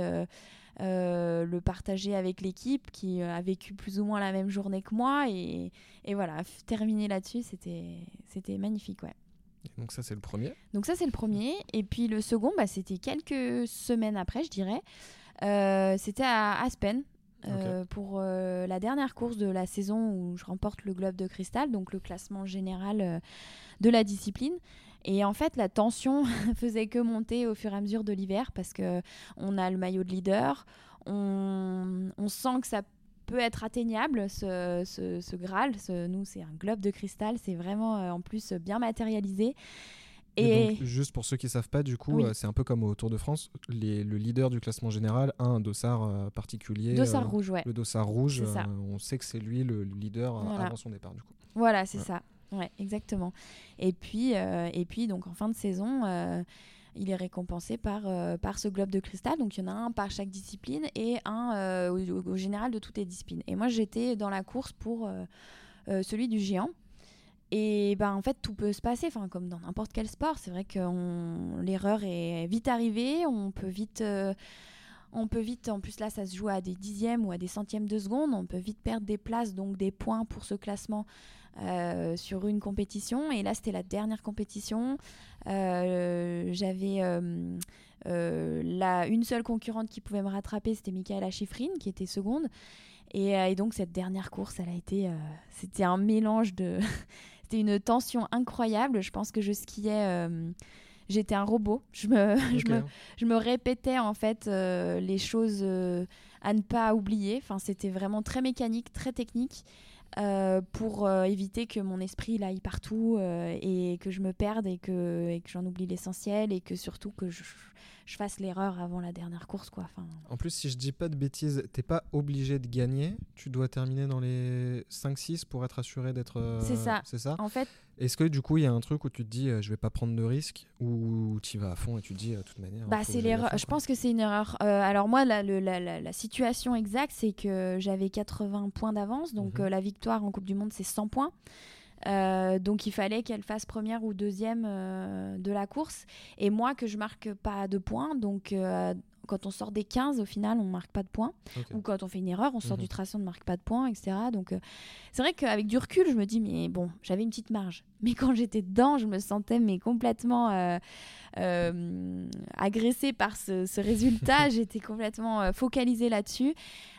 Speaker 2: le partager avec l'équipe qui a vécu plus ou moins la même journée que moi. Et voilà, terminer là-dessus, c'était magnifique, ouais.
Speaker 3: Donc ça, c'est le premier.
Speaker 2: Et puis le second, c'était quelques semaines après, je dirais. C'était à Aspen, pour la dernière course de la saison où je remporte le Globe de Cristal, donc le classement général de la discipline. Et en fait, la tension faisait que monter au fur et à mesure de l'hiver parce qu'on a le maillot de leader, on sent que ça peut être atteignable, ce Graal. Nous, c'est un globe de cristal, c'est vraiment en plus bien matérialisé.
Speaker 3: Et donc, juste pour ceux qui ne savent pas, du coup,
Speaker 2: oui.
Speaker 3: C'est un peu comme au Tour de France. Le leader du classement général a un dossard particulier.
Speaker 2: Dossard rouge, ouais.
Speaker 3: Le dossard rouge, on sait que c'est lui le leader avant son départ, du coup.
Speaker 2: Voilà, c'est ça. Ouais, exactement. Et puis, donc, en fin de saison, il est récompensé par ce globe de cristal. Donc, il y en a un par chaque discipline et un au général de toutes les disciplines. Et moi, j'étais dans la course pour celui du géant. Et en fait, tout peut se passer, comme dans n'importe quel sport. C'est vrai que l'erreur est vite arrivée. On peut vite, en plus là, ça se joue à des dixièmes ou à des centièmes de seconde. On peut vite perdre des places, donc des points pour ce classement sur une compétition. Et là, c'était la dernière compétition. J'avais une seule concurrente qui pouvait me rattraper, c'était Michaela Schifrin, qui était seconde. Et donc, cette dernière course, c'était un mélange de... C'était une tension incroyable. Je pense que je skiais... J'étais un robot. Je me répétais, en fait, les choses à ne pas oublier. C'était vraiment très mécanique, très technique. Pour éviter que mon esprit il aille partout et que je me perde et que j'en oublie l'essentiel et que surtout que je fasse l'erreur avant la dernière course, quoi.
Speaker 3: En plus, si je dis pas de bêtises, t'es pas obligé de gagner, tu dois terminer dans les 5-6 pour être assuré d'être...
Speaker 2: C'est ça. En fait...
Speaker 3: Est-ce que du coup il y a un truc où tu te dis je vais pas prendre de risque, ou tu vas à fond et tu te dis de toute manière...
Speaker 2: c'est l'erreur. Je pense que c'est une erreur. Alors moi, la situation exacte, c'est que j'avais 80 points d'avance, donc la victoire en Coupe du Monde, c'est 100 points. Donc il fallait qu'elle fasse première ou deuxième de la course, et moi que je marque pas de points, donc quand on sort des 15, au final, on ne marque pas de points.
Speaker 3: Ok.
Speaker 2: Ou quand on fait une erreur, on sort du tracé, on ne marque pas de points, etc. Donc, c'est vrai qu'avec du recul, je me dis, mais bon, j'avais une petite marge. Mais quand j'étais dedans, je me sentais complètement agressée par ce résultat. J'étais complètement focalisée là-dessus.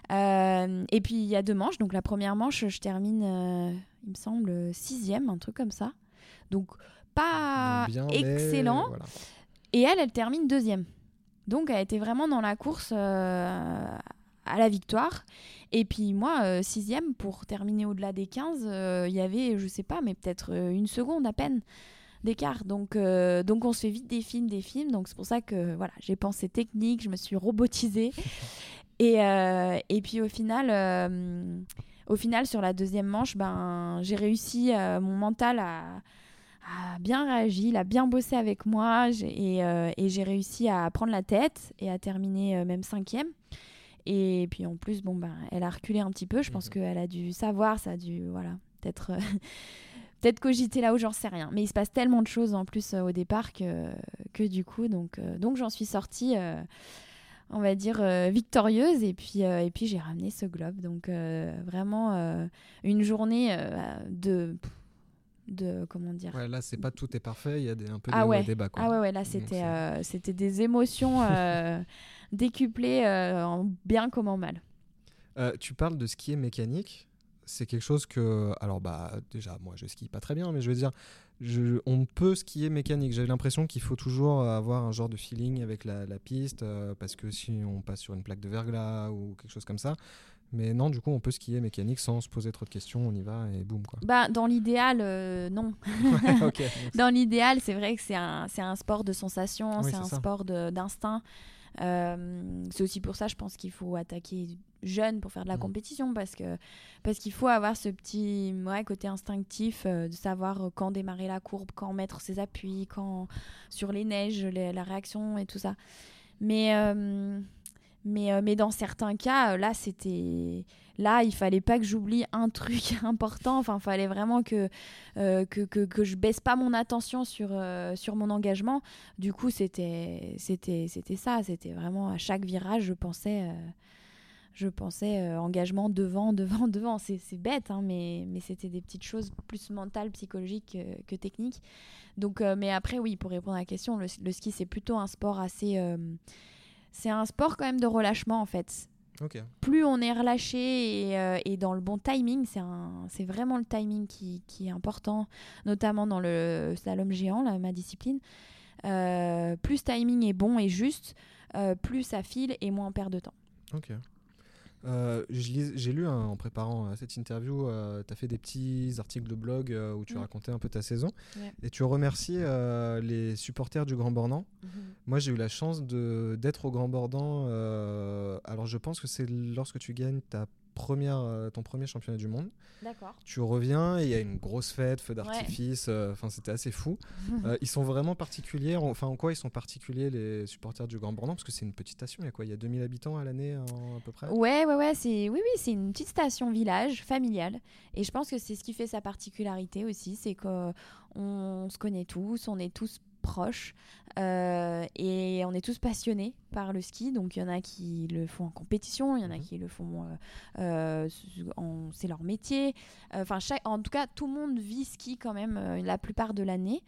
Speaker 2: Et puis, il y a 2 manches. Donc, la première manche, je termine, il me semble, 6e, un truc comme ça. Donc, pas
Speaker 3: Bien,
Speaker 2: excellent.
Speaker 3: mais voilà.
Speaker 2: Et elle termine 2e. Donc, elle était vraiment dans la course à la victoire. Et puis moi, 6e, pour terminer au-delà des 15, il y avait, je sais pas, mais peut-être 1 seconde à peine d'écart. Donc on se fait vite des films. Donc c'est pour ça que voilà, j'ai pensé technique, je me suis robotisée. Et puis au final, sur la 2e manche, j'ai réussi, mon mental a bien réagi, il a bien bossé avec moi et j'ai réussi à prendre la tête et à terminer même 5e. Et puis en plus, elle a reculé un petit peu. Je pense qu'elle a dû savoir, ça a dû, voilà, peut-être cogiter là-haut, j'en sais rien. Mais il se passe tellement de choses en plus au départ que du coup, donc j'en suis sortie, on va dire, victorieuse. Et puis j'ai ramené ce globe. Donc vraiment une journée de comment dire.
Speaker 3: Ouais, là, c'est pas tout est parfait, il y a un peu
Speaker 2: Ah
Speaker 3: des hauts
Speaker 2: ouais.
Speaker 3: et des bas, quoi.
Speaker 2: Ah ouais, là, c'était des émotions décuplées en bien comme en mal.
Speaker 3: Tu parles de skier mécanique. C'est quelque chose que... Alors, déjà, moi, je skie pas très bien, mais je veux dire, on peut skier mécanique. J'ai l'impression qu'il faut toujours avoir un genre de feeling avec la piste, parce que si on passe sur une plaque de verglas ou quelque chose comme ça... Mais non, du coup, on peut skier mécanique sans se poser trop de questions, on y va et boum, quoi.
Speaker 2: Dans l'idéal, non.
Speaker 3: Ouais, ok.
Speaker 2: Dans l'idéal, c'est vrai que c'est un sport de sensation,
Speaker 3: Oui,
Speaker 2: c'est un sport d'instinct. C'est aussi pour ça, je pense qu'il faut attaquer jeune pour faire de la compétition, parce qu'il faut avoir ce petit côté instinctif, de savoir quand démarrer la courbe, quand mettre ses appuis, quand sur les neiges, la réaction et tout ça. Mais dans certains cas, là, il fallait pas que j'oublie un truc important. Enfin, il fallait vraiment que je baisse pas mon attention sur mon engagement. Du coup, c'était ça. C'était vraiment à chaque virage, je pensais engagement devant. C'est bête, hein, mais c'était des petites choses plus mentales, psychologiques que techniques. Donc, mais après, oui, pour répondre à la question, le ski, c'est plutôt un sport assez... c'est un sport quand même de relâchement, en fait.
Speaker 3: Ok.
Speaker 2: Plus on est relâché et dans le bon timing, c'est vraiment le timing qui est important, notamment dans le slalom géant, là, ma discipline. Plus le timing est bon et juste, plus ça file et moins on perd de temps.
Speaker 3: Ok. J'ai lu en préparant cette interview, tu as fait des petits articles de blog où tu racontais un peu ta saison, et tu remercies les supporters du Grand Bornand. Moi, j'ai eu la chance d'être au Grand Bornand. Alors, je pense que c'est lorsque tu gagnes ton premier championnat du monde.
Speaker 2: D'accord.
Speaker 3: Tu reviens et il y a une grosse fête, feu d'artifice. C'était assez fou. Ils sont vraiment particuliers. En quoi ils sont particuliers, les supporters du Grand Bornand? Parce que c'est une petite station. Il y a 2000 habitants à l'année à peu près.
Speaker 2: Ouais. C'est une petite station village familiale. Et je pense que c'est ce qui fait sa particularité aussi. C'est qu'on se connaît tous, on est tous proches et on est tous passionnés par le ski. Donc il y en a qui le font en compétition, il y en a qui le font c'est leur métier. En tout cas, tout le monde vit ski quand même la plupart de l'année.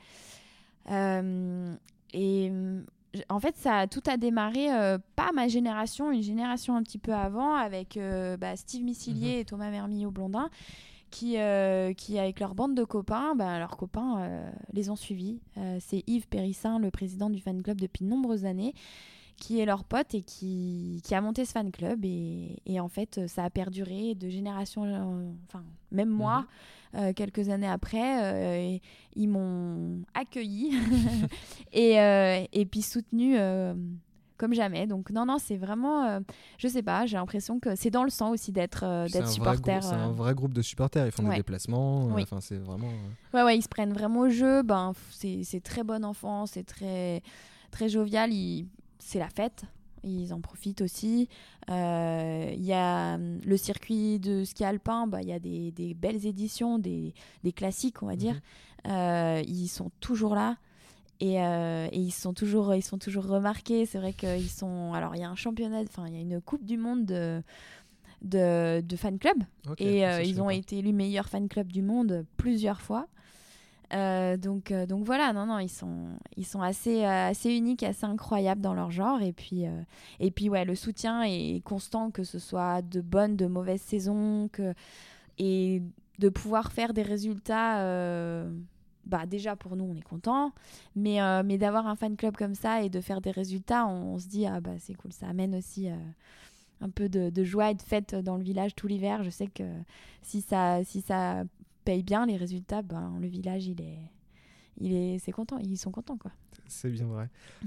Speaker 2: En fait, tout a démarré, pas ma génération, une génération un petit peu avant, avec Steve Missilier et Thomas Mermillot-Blondin, qui avec leur bande de copains, leurs copains les ont suivis. C'est Yves Périssin, le président du fan club depuis de nombreuses années, qui est leur pote et qui a monté ce fan club. Et en fait, ça a perduré de génération, même moi, quelques années après, ils m'ont accueilli et puis soutenu comme jamais. Donc non, c'est vraiment, je sais pas, j'ai l'impression que c'est dans le sang aussi d'être supporter.
Speaker 3: C'est un vrai groupe de supporters, ils font des déplacements,
Speaker 2: Oui.
Speaker 3: C'est vraiment...
Speaker 2: Ouais, ils se prennent vraiment au jeu, c'est très bon enfant, c'est très, très jovial, c'est la fête, ils en profitent aussi. Il y a le circuit de ski alpin, il y a des belles éditions, des classiques, on va dire. Ils sont toujours là. Et ils sont toujours remarqués. C'est vrai qu'ils sont. Alors, il y a un championnat, enfin, il y a une Coupe du Monde de fan club.
Speaker 3: Okay,
Speaker 2: et ils ont été élus meilleurs fan club du monde plusieurs fois. Donc voilà, non, ils sont assez uniques, assez incroyables dans leur genre. Et puis ouais, le soutien est constant, que ce soit de bonnes, de mauvaises saisons, et de pouvoir faire des résultats. Déjà pour nous on est content, mais d'avoir un fan club comme ça et de faire des résultats, on se dit c'est cool, ça amène aussi un peu de joie et de fête dans le village tout l'hiver. Je sais que si ça paye bien les résultats, le village c'est content, ils sont contents quoi.
Speaker 3: C'est bien vrai.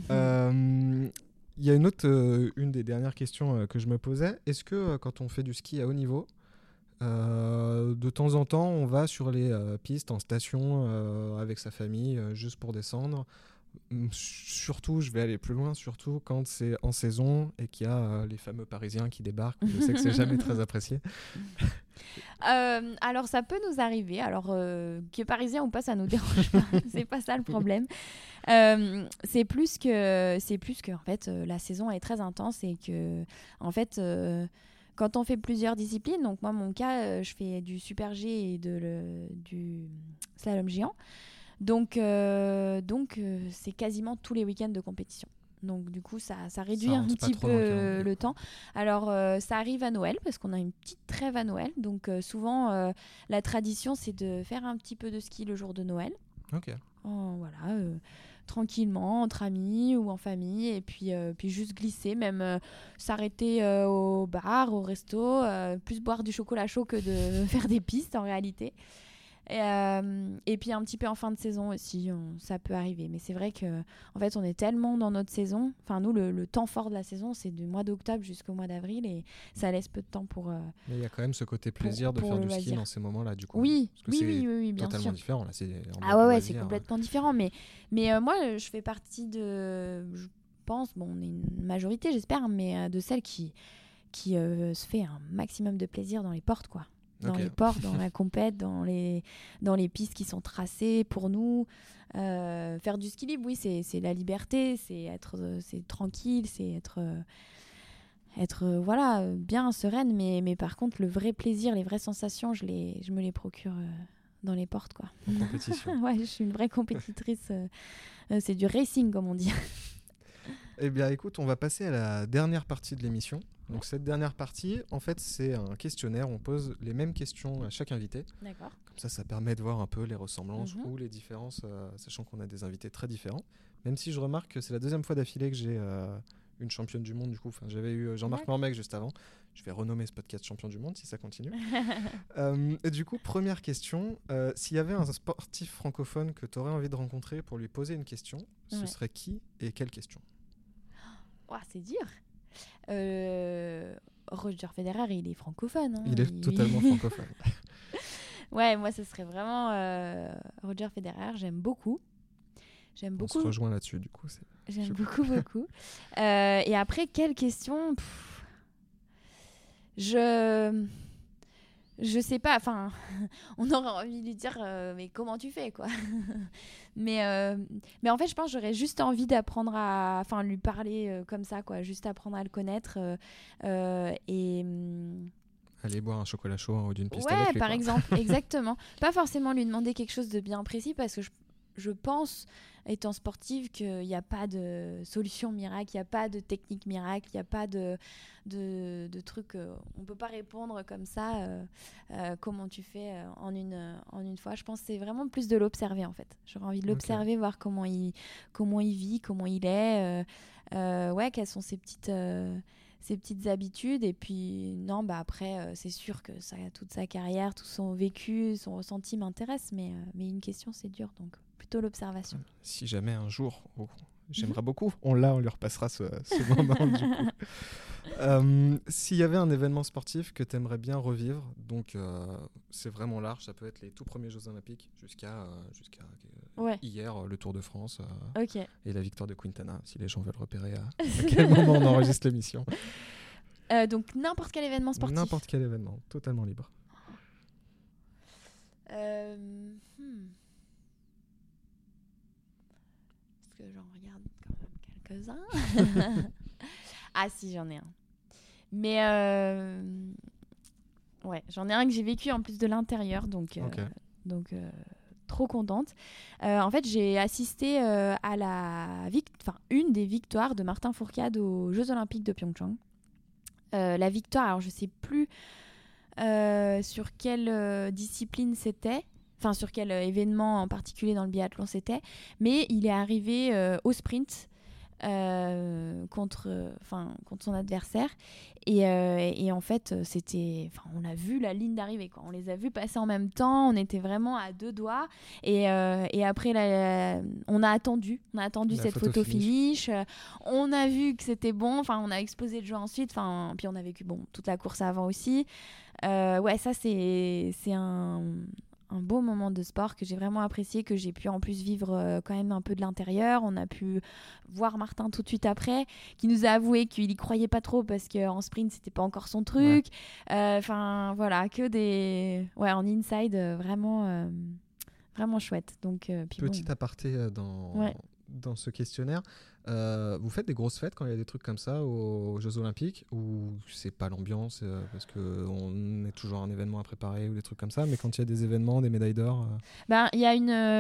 Speaker 3: Il y a une des dernières questions que je me posais. Est-ce que quand on fait du ski à haut niveau, de temps en temps on va sur les pistes en station avec sa famille juste pour descendre? Surtout, je vais aller plus loin, surtout quand c'est en saison et qu'il y a les fameux Parisiens qui débarquent. Je sais que c'est jamais très apprécié.
Speaker 2: Alors ça peut nous arriver. Alors que Parisien ou pas, ça nous dérange pas. C'est pas ça le problème. C'est plus que en fait la saison est très intense et que en fait quand on fait plusieurs disciplines, donc moi mon cas je fais du super G et du slalom géant. Donc c'est quasiment tous les week-ends de compétition. Donc du coup, ça réduit un petit peu le temps. Alors, ça arrive à Noël, parce qu'on a une petite trêve à Noël. Donc souvent, la tradition, c'est de faire un petit peu de ski le jour de Noël.
Speaker 3: Ok.
Speaker 2: Voilà, tranquillement, entre amis ou en famille. Et puis juste glisser, même s'arrêter au bar, au resto, plus boire du chocolat chaud que de faire des pistes en réalité. Et puis un petit peu en fin de saison aussi, ça peut arriver. Mais c'est vrai qu'en fait, on est tellement dans notre saison. Enfin, nous, le temps fort de la saison, c'est du mois d'octobre jusqu'au mois d'avril. Et ça laisse peu de temps pour...
Speaker 3: Mais il y a quand même ce côté plaisir de faire du ski dans ces moments-là, du coup.
Speaker 2: Oui,
Speaker 3: parce que
Speaker 2: oui, bien sûr.
Speaker 3: Totalement différent. Là,
Speaker 2: c'est complètement différent. Mais moi, je fais partie je pense, on est une majorité, j'espère, mais de celles qui se fait un maximum de plaisir dans les portes, quoi. Dans les ports, dans la compète, dans les pistes qui sont tracées pour nous. Faire du ski libre, oui, c'est la liberté, c'est tranquille, c'est être voilà, bien sereine, mais par contre, le vrai plaisir, les vraies sensations, je me les procure dans les portes, quoi.
Speaker 3: En compétition.
Speaker 2: Ouais, je suis une vraie compétitrice. C'est du racing, comme on dit.
Speaker 3: Eh bien, écoute, on va passer à la dernière partie de l'émission. Donc cette dernière partie, en fait, c'est un questionnaire. On pose les mêmes questions à chaque invité.
Speaker 2: D'accord.
Speaker 3: Comme ça permet de voir un peu les ressemblances ou les différences, sachant qu'on a des invités très différents. Même si je remarque que c'est la deuxième fois d'affilée que j'ai une championne du monde. Du coup, j'avais eu Jean-Marc Mormec juste avant. Je vais renommer ce podcast champion du monde si ça continue. Et du coup, première question. S'il y avait un sportif francophone que tu aurais envie de rencontrer pour lui poser une question, ce serait qui et quelle question?
Speaker 2: C'est dur. Roger Federer, il est francophone. Hein.
Speaker 3: Il est totalement francophone.
Speaker 2: Ouais, moi, ce serait vraiment Roger Federer. J'aime beaucoup.
Speaker 3: On se rejoint là-dessus, du coup.
Speaker 2: J'aime beaucoup. Et après, quelle question? Je sais pas, enfin, on aurait envie de lui dire mais comment tu fais, quoi. mais en fait, je pense que j'aurais juste envie d'apprendre à lui parler comme ça, quoi, juste apprendre à le connaître et
Speaker 3: aller boire un chocolat chaud en haut d'une piste
Speaker 2: ouais,
Speaker 3: avec lui,
Speaker 2: par
Speaker 3: quoi.
Speaker 2: exemple, exactement. Pas forcément lui demander quelque chose de bien précis, parce que je pense, étant sportive, qu'il n'y a pas de solution miracle, il n'y a pas de technique miracle, il n'y a pas de truc. On ne peut pas répondre comme ça, comment tu fais en une fois. Je pense que c'est vraiment plus de l'observer, en fait. J'aurais envie de l'observer, voir comment il vit, comment il est, quelles sont ses petites habitudes. Et puis, après, c'est sûr que toute sa carrière, tout son vécu, son ressenti m'intéresse, mais une question, c'est dur, donc plutôt l'observation.
Speaker 3: Si jamais un jour, j'aimerais beaucoup, on lui repassera ce moment du coup. S'il y avait un événement sportif que tu aimerais bien revivre, donc c'est vraiment large, ça peut être les tout premiers Jeux Olympiques jusqu'à hier, le Tour de France et la victoire de Quintana, si les gens veulent repérer à quel moment on enregistre l'émission.
Speaker 2: Donc n'importe quel événement sportif.
Speaker 3: N'importe quel événement, totalement libre.
Speaker 2: que j'en regarde quand même quelques-uns. Ah si, j'en ai un. Mais ouais, j'en ai un que j'ai vécu en plus de l'intérieur, donc trop contente. En fait, j'ai assisté à une des victoires de Martin Fourcade aux Jeux Olympiques de Pyeongchang. La victoire, alors je sais plus sur quelle discipline c'était, enfin sur quel événement en particulier dans le biathlon c'était, mais il est arrivé au sprint contre son adversaire et en fait on a vu la ligne d'arrivée, quoi. On les a vus passer en même temps, on était vraiment à 2 doigts et après on a attendu cette photo finish. On a vu que c'était bon, on a explosé le jeu ensuite, puis on a vécu toute la course avant aussi. Ouais, ça c'est un beau moment de sport que j'ai vraiment apprécié, que j'ai pu en plus vivre quand même un peu de l'intérieur. On a pu voir Martin tout de suite après, qui nous a avoué qu'il y croyait pas trop parce qu'en sprint c'était pas encore son truc. Voilà, que des en inside vraiment vraiment chouette. Donc
Speaker 3: petit aparté dans ce questionnaire. Vous faites des grosses fêtes quand il y a des trucs comme ça aux Jeux Olympiques, ou c'est pas l'ambiance parce qu'on est toujours un événement à préparer ou des trucs comme ça, mais quand il y a des événements, des médailles d'or
Speaker 2: il y a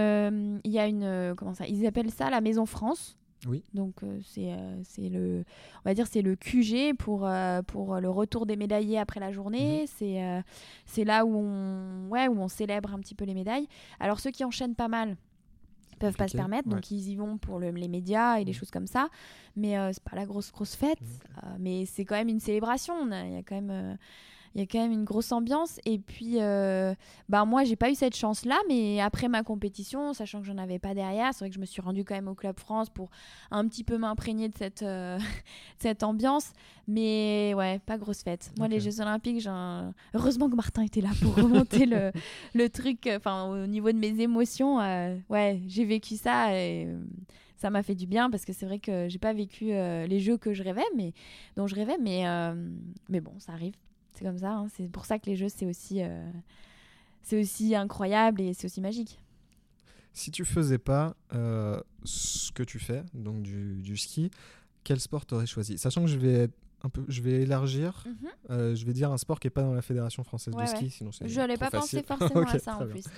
Speaker 2: une comment ça, ils appellent ça la Maison France.
Speaker 3: Oui.
Speaker 2: Donc c'est le, on va dire, c'est le QG pour le retour des médaillés après la journée. C'est là où on célèbre un petit peu les médailles. Alors ceux qui enchaînent pas mal peuvent pas se permettre, donc ils y vont pour les médias et les choses comme ça, mais c'est pas la grosse fête, mais c'est quand même une célébration. Il y a quand même une grosse ambiance. Et puis moi j'ai pas eu cette chance là, mais après ma compétition, sachant que j'en avais pas derrière, c'est vrai que je me suis rendue quand même au Club France pour un petit peu m'imprégner de cette ambiance, mais ouais, pas grosse fête. Moi les Jeux Olympiques, heureusement que Martin était là pour remonter le truc, au niveau de mes émotions. J'ai vécu ça et ça m'a fait du bien, parce que c'est vrai que j'ai pas vécu les jeux que je rêvais, mais bon, ça arrive. C'est comme ça, hein. C'est pour ça que les jeux, c'est aussi incroyable et c'est aussi magique.
Speaker 3: Si tu faisais pas ce que tu fais, donc du ski, quel sport t'aurais choisi? Sachant que je vais élargir, je vais dire un sport qui est pas dans la Fédération française de ski, sinon c'est
Speaker 2: je n'allais pas
Speaker 3: facile.
Speaker 2: penser forcément à ça en plus.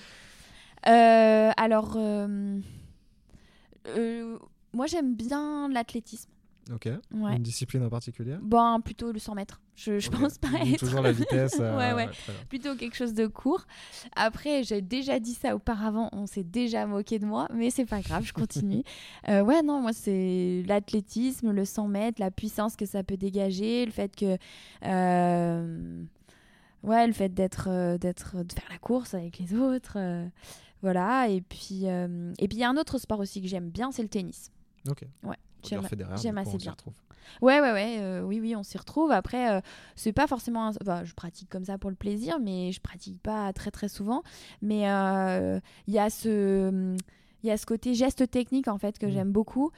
Speaker 2: Moi j'aime bien l'athlétisme.
Speaker 3: Ok. Une discipline en particulier?
Speaker 2: Plutôt le 100 mètres. Je pense pas être...
Speaker 3: Toujours la vitesse.
Speaker 2: Plutôt quelque chose de court. Après, j'ai déjà dit ça auparavant. On s'est déjà moqué de moi, mais c'est pas grave, je continue. Moi, c'est l'athlétisme, le 100 mètres, la puissance que ça peut dégager, le fait que... le fait de faire la course avec les autres. Voilà. Et puis, il y a un autre sport aussi que j'aime bien, c'est le tennis.
Speaker 3: Ok.
Speaker 2: Ouais.
Speaker 3: J'aime
Speaker 2: assez bien.
Speaker 3: Oui,
Speaker 2: on s'y retrouve. Après, c'est pas forcément je pratique comme ça pour le plaisir, mais je pratique pas très très souvent. Mais il y a ce côté geste technique en fait que j'aime beaucoup,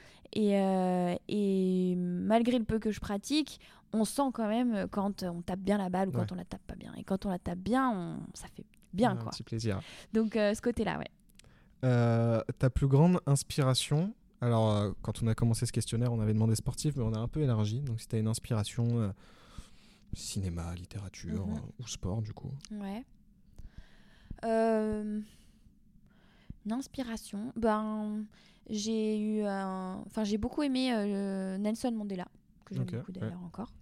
Speaker 2: et malgré le peu que je pratique, on sent quand même quand on tape bien la balle ou quand on la tape pas bien, et quand on la tape bien, ça fait bien, quoi.
Speaker 3: Un petit plaisir.
Speaker 2: Donc ce côté-là,
Speaker 3: ta plus grande inspiration? Alors, quand on a commencé ce questionnaire, on avait demandé sportif, mais on a un peu élargi. Donc, si tu as une inspiration, cinéma, littérature ou sport, du coup.
Speaker 2: Ouais. Une inspiration. J'ai beaucoup aimé Nelson Mandela, que j'aime beaucoup d'ailleurs encore.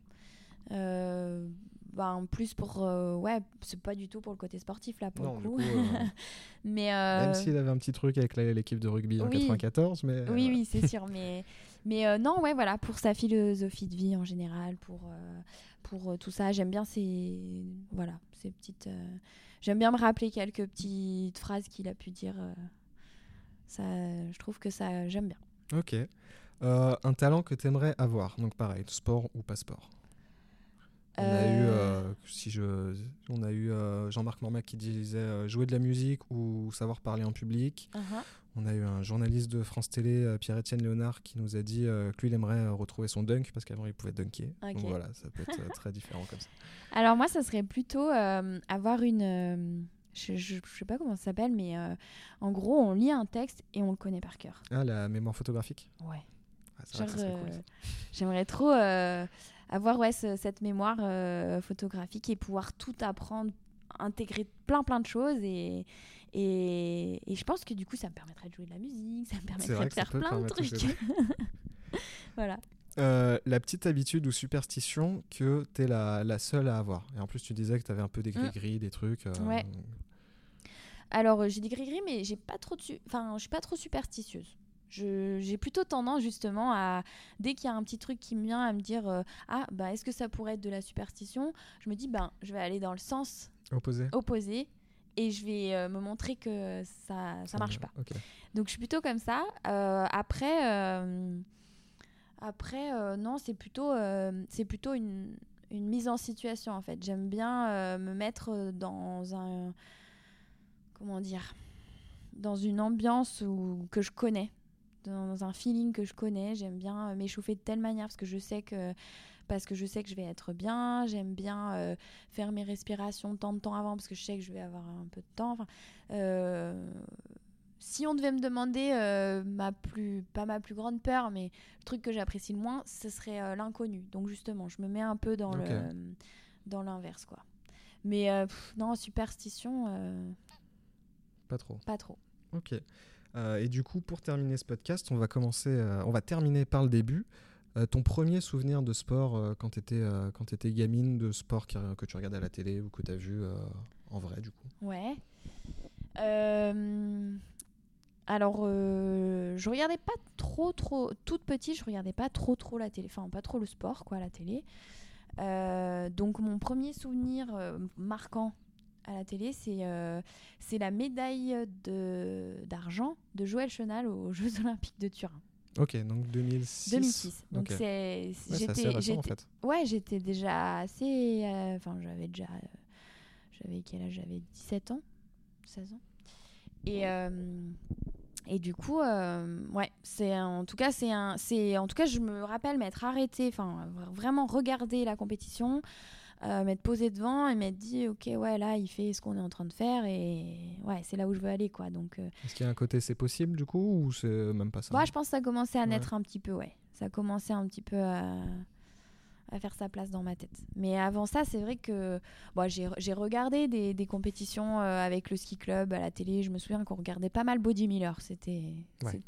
Speaker 2: Plus pour c'est pas du tout pour le côté sportif là, pour le coup. Mais
Speaker 3: même s'il avait un petit truc avec l'équipe de rugby en 94, mais
Speaker 2: oui, c'est sûr, mais pour sa philosophie de vie en général, pour tout ça, j'aime bien ces petites j'aime bien me rappeler quelques petites phrases qu'il a pu dire. Ça, je trouve que ça, j'aime bien.
Speaker 3: Ok. Un talent que tu aimerais avoir, donc pareil, sport ou pas sport? On a eu Jean-Marc Mormac qui disait jouer de la musique ou savoir parler en public. On a eu un journaliste de France Télé, Pierre-Étienne Léonard, qui nous a dit que lui, il aimerait retrouver son dunk, parce qu'avant, il pouvait dunker. Okay. Donc voilà, ça peut être très différent comme ça.
Speaker 2: Alors moi, ça serait plutôt avoir une Je sais pas comment ça s'appelle, mais en gros, on lit un texte et on le connaît par cœur.
Speaker 3: Ah, la mémoire photographique.
Speaker 2: Ouais.
Speaker 3: C'est vrai que ça serait cool.
Speaker 2: J'aimerais trop avoir cette mémoire photographique et pouvoir tout apprendre, intégrer plein de choses et je pense que du coup, ça me permettrait de jouer de la musique, ça me permettrait de faire plein de trucs. Voilà.
Speaker 3: La petite habitude ou superstition que t'es la seule à avoir. Et en plus, tu disais que t'avais un peu des gris-gris, des trucs.
Speaker 2: Ouais. Alors, j'ai des gris-gris, mais je suis pas trop superstitieuse. J'ai plutôt tendance justement à, dès qu'il y a un petit truc qui me vient à me dire est-ce que ça pourrait être de la superstition, je me dis je vais aller dans le sens opposé et je vais me montrer que ça marche pas. Okay. Donc je suis plutôt comme ça. Après non, c'est plutôt une mise en situation en fait. J'aime bien me mettre dans dans une ambiance que je connais, dans un feeling que je connais. J'aime bien m'échauffer de telle manière parce que je sais que je vais être bien. J'aime bien faire mes respirations tant de temps avant parce que je sais que je vais avoir un peu de temps. Si on devait me demander pas ma plus grande peur, mais le truc que j'apprécie le moins, ce serait l'inconnu. Donc justement, je me mets un peu dans l'inverse, quoi. Mais non, superstition... Pas trop.
Speaker 3: Ok. Et du coup, pour terminer ce podcast, on va terminer par le début. Ton premier souvenir de sport quand t'étais gamine, de sport que tu regardais à la télé ou que t'as vu en vrai, du coup.
Speaker 2: Ouais. Alors, je regardais pas trop, toute petite, je regardais pas trop la télé, enfin pas trop le sport, quoi, à la télé. Donc, mon premier souvenir marquant à la télé, c'est la médaille d'argent de Joël Chenal aux Jeux Olympiques de Turin.
Speaker 3: Ok, donc 2006.
Speaker 2: 2006. Donc
Speaker 3: okay. C'est assez récent, en fait.
Speaker 2: Ouais, j'étais déjà assez... j'avais quel âge ? J'avais 17 ans, 16 ans. Et du coup, en tout cas, je me rappelle m'être arrêtée, enfin, vraiment regarder la compétition, m'être posée devant et m'être dit, ok, ouais, là, il fait ce qu'on est en train de faire et ouais, c'est là où je veux aller, quoi. Donc,
Speaker 3: est-ce qu'il y a un côté c'est possible, du coup, ou c'est même pas ça ?
Speaker 2: Je pense que ça commençait à naître un petit peu, ouais. Ça commençait un petit peu à faire sa place dans ma tête. Mais avant ça, c'est vrai que j'ai regardé des compétitions avec le ski club à la télé. Je me souviens qu'on regardait pas mal Body Miller. C'était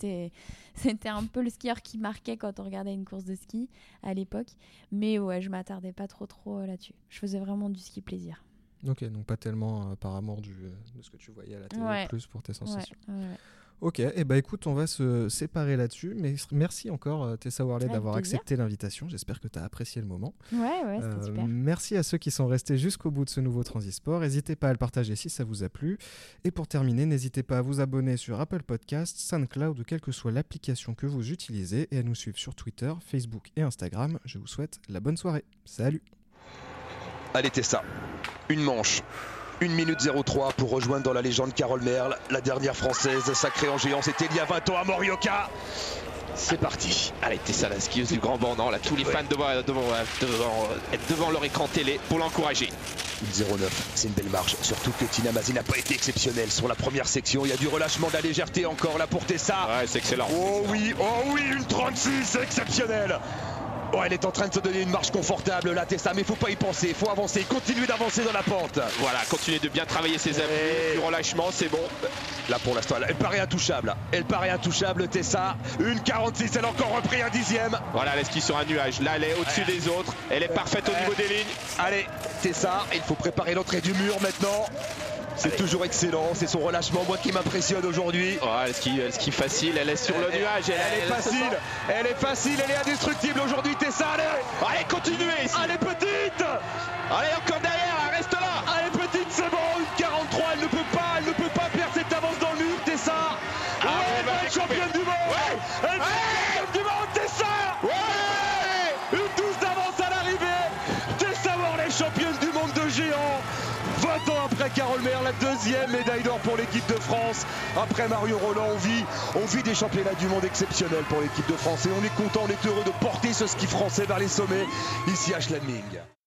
Speaker 2: un peu le skieur qui marquait quand on regardait une course de ski à l'époque. Mais ouais, je m'attardais pas trop là-dessus. Je faisais vraiment du ski plaisir.
Speaker 3: Ok, donc pas tellement par amour de ce que tu voyais à la télé, plus pour tes sensations.
Speaker 2: Ouais.
Speaker 3: Ok, et écoute, on va se séparer là-dessus, mais merci encore Tessa Worley d'avoir accepté l'invitation. J'espère que tu as apprécié le moment.
Speaker 2: Ouais, c'était super.
Speaker 3: Merci à ceux qui sont restés jusqu'au bout de ce nouveau Transisport. N'hésitez pas à le partager si ça vous a plu. Et pour terminer, n'hésitez pas à vous abonner sur Apple Podcasts, SoundCloud ou quelle que soit l'application que vous utilisez et à nous suivre sur Twitter, Facebook et Instagram. Je vous souhaite la bonne soirée. Salut.
Speaker 1: Allez Tessa, une manche. 1 minute 03 pour rejoindre dans la légende Carole Merle, la dernière française sacrée en géant, c'était il y a 20 ans à Morioka. C'est parti.
Speaker 4: Allez, Tessa, la skieuse du Grand Bornand, là, tous les fans être devant leur écran télé pour l'encourager.
Speaker 1: 09, c'est une belle marche, surtout que Tina Mazy n'a pas été exceptionnelle sur la première section. Il y a du relâchement, de la légèreté encore là pour Tessa.
Speaker 4: Ouais, c'est excellent.
Speaker 1: Oh oui, une 36, c'est exceptionnel. Oh, elle est en train de se donner une marche confortable là, Tessa, mais il faut pas y penser, il faut avancer, continuer d'avancer dans la pente.
Speaker 4: Voilà, continuer de bien travailler ses appuis, du relâchement, c'est bon.
Speaker 1: Là pour l'instant, elle paraît intouchable, Tessa. Une 46, elle a encore repris un 10e.
Speaker 4: Voilà, elle skie sur un nuage, là elle est au-dessus des autres, elle est parfaite au niveau des lignes.
Speaker 1: Allez, Tessa, il faut préparer l'entrée du mur maintenant. C'est toujours excellent, c'est son relâchement, moi qui m'impressionne aujourd'hui.
Speaker 4: Oh, elle skie facile, elle est sur le nuage.
Speaker 1: Elle est facile, elle est indestructible aujourd'hui, Tessa.
Speaker 4: Allez, continuez ici.
Speaker 1: Allez, petite.
Speaker 4: Allez, encore derrière, elle reste là.
Speaker 1: Allez, petite, c'est bon, une 43, elle ne peut pas perdre cette avance dans le mur, Tessa. Elle va être championne du monde. Elle va être championne du monde, Tessa. Une 12 d'avance à l'arrivée. Tessa Worley, championne du monde de géant. 20 ans après Carole Merle, la deuxième médaille d'or pour l'équipe de France. Après Marion Roland, on vit des championnats du monde exceptionnels pour l'équipe de France. Et on est content, on est heureux de porter ce ski français vers les sommets ici à Schladming.